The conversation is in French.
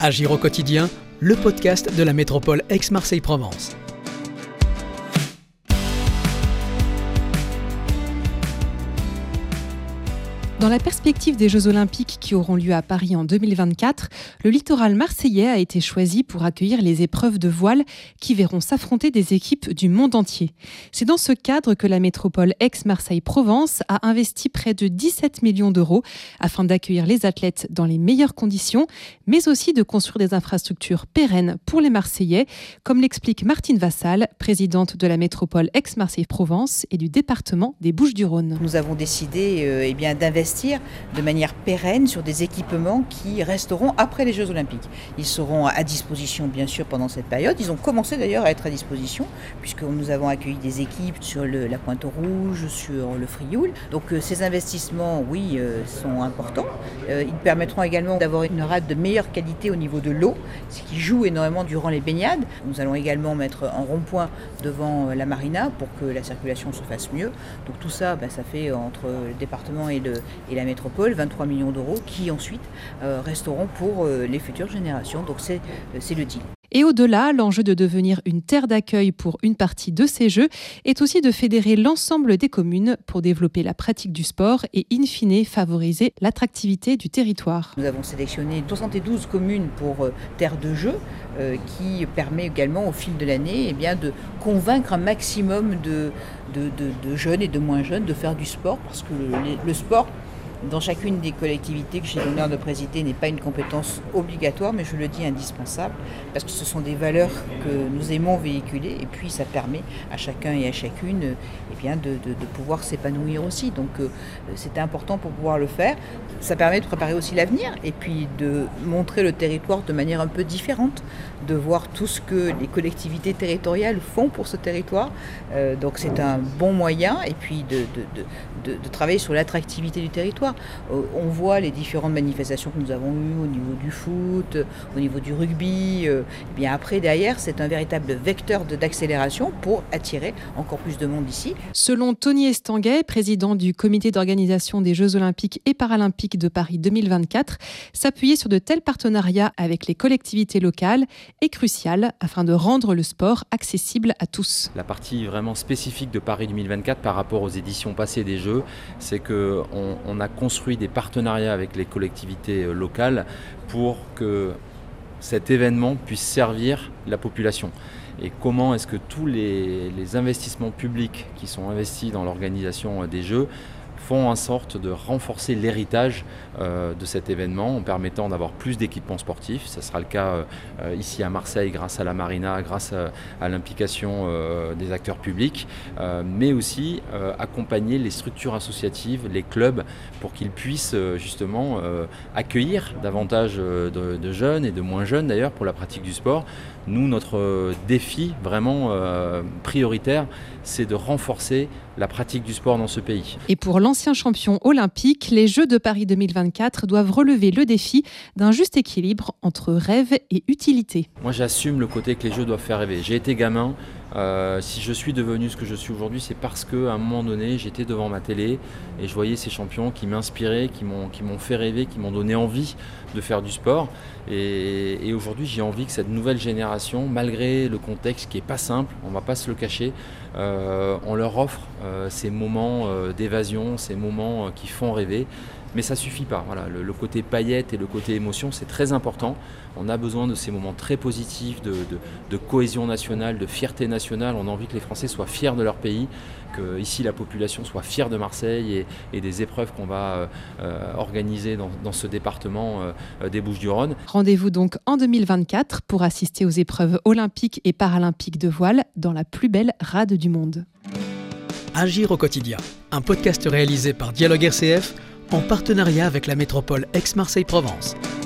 Agir au quotidien, le podcast de la métropole Aix-Marseille-Provence. Dans la perspective des Jeux Olympiques qui auront lieu à Paris en 2024, le littoral marseillais a été choisi pour accueillir les épreuves de voile qui verront s'affronter des équipes du monde entier. C'est dans ce cadre que la métropole Aix-Marseille-Provence a investi près de 17 millions d'euros afin d'accueillir les athlètes dans les meilleures conditions, mais aussi de construire des infrastructures pérennes pour les Marseillais, comme l'explique Martine Vassal, présidente de la métropole Aix-Marseille-Provence et du département des Bouches-du-Rhône. Nous avons décidé d'investir de manière pérenne sur des équipements qui resteront après les Jeux Olympiques. Ils seront à disposition bien sûr pendant cette période. Ils ont commencé d'ailleurs à être à disposition puisque nous avons accueilli des équipes sur la Pointe Rouge, sur le Frioul. Donc ces investissements, oui, sont importants. Ils permettront également d'avoir une rade de meilleure qualité au niveau de l'eau, ce qui joue énormément durant les baignades. Nous allons également mettre un rond-point devant la marina pour que la circulation se fasse mieux. Donc tout ça, ça fait entre le département et la métropole 23 millions d'euros qui ensuite resteront pour les futures générations. Donc c'est le deal. Et au-delà, l'enjeu de devenir une terre d'accueil pour une partie de ces Jeux est aussi de fédérer l'ensemble des communes pour développer la pratique du sport et in fine favoriser l'attractivité du territoire. Nous avons sélectionné 72 communes pour terre de jeu qui permet également au fil de l'année de convaincre un maximum de jeunes et de moins jeunes de faire du sport parce que le sport dans chacune des collectivités que j'ai l'honneur de présider n'est pas une compétence obligatoire, mais je le dis indispensable, parce que ce sont des valeurs que nous aimons véhiculer, et puis ça permet à chacun et à chacune de pouvoir s'épanouir aussi. Donc c'est important pour pouvoir le faire. Ça permet de préparer aussi l'avenir, et puis de montrer le territoire de manière un peu différente, de voir tout ce que les collectivités territoriales font pour ce territoire. Donc c'est un bon moyen, et puis de travailler sur l'attractivité du territoire. On voit les différentes manifestations que nous avons eues au niveau du foot, au niveau du rugby. Après, derrière, c'est un véritable vecteur d'accélération pour attirer encore plus de monde ici. Selon Tony Estanguet, président du comité d'organisation des Jeux Olympiques et Paralympiques de Paris 2024, s'appuyer sur de tels partenariats avec les collectivités locales est crucial afin de rendre le sport accessible à tous. La partie vraiment spécifique de Paris 2024 par rapport aux éditions passées des Jeux, c'est qu'on a construit des partenariats avec les collectivités locales pour que cet événement puisse servir la population. Et comment est-ce que tous les investissements publics qui sont investis dans l'organisation des Jeux font en sorte de renforcer l'héritage de cet événement en permettant d'avoir plus d'équipements sportifs. Ça sera le cas ici à Marseille grâce à la marina, grâce à l'implication des acteurs publics, mais aussi accompagner les structures associatives, les clubs, pour qu'ils puissent justement accueillir davantage de jeunes et de moins jeunes d'ailleurs pour la pratique du sport. Nous, notre défi vraiment prioritaire, c'est de renforcer la pratique du sport dans ce pays. Et pour l'ancien champion olympique, les Jeux de Paris 2024 doivent relever le défi d'un juste équilibre entre rêve et utilité. Moi, j'assume le côté que les Jeux doivent faire rêver. J'ai été gamin. Si je suis devenu ce que je suis aujourd'hui, c'est parce qu'à un moment donné, j'étais devant ma télé et je voyais ces champions qui m'inspiraient, qui m'ont fait rêver, qui m'ont donné envie de faire du sport. Et aujourd'hui, j'ai envie que cette nouvelle génération, malgré le contexte qui n'est pas simple, on ne va pas se le cacher, on leur offre ces moments d'évasion, ces moments qui font rêver. Mais ça ne suffit pas. Voilà, le côté paillettes et le côté émotion, c'est très important. On a besoin de ces moments très positifs, de cohésion nationale, de fierté nationale. On a envie que les Français soient fiers de leur pays, que ici la population soit fière de Marseille et des épreuves qu'on va organiser dans ce département des Bouches-du-Rhône. Rendez-vous donc en 2024 pour assister aux épreuves olympiques et paralympiques de voile dans la plus belle rade du monde. Agir au quotidien, un podcast réalisé par Dialogue RCF en partenariat avec la métropole Aix-Marseille-Provence.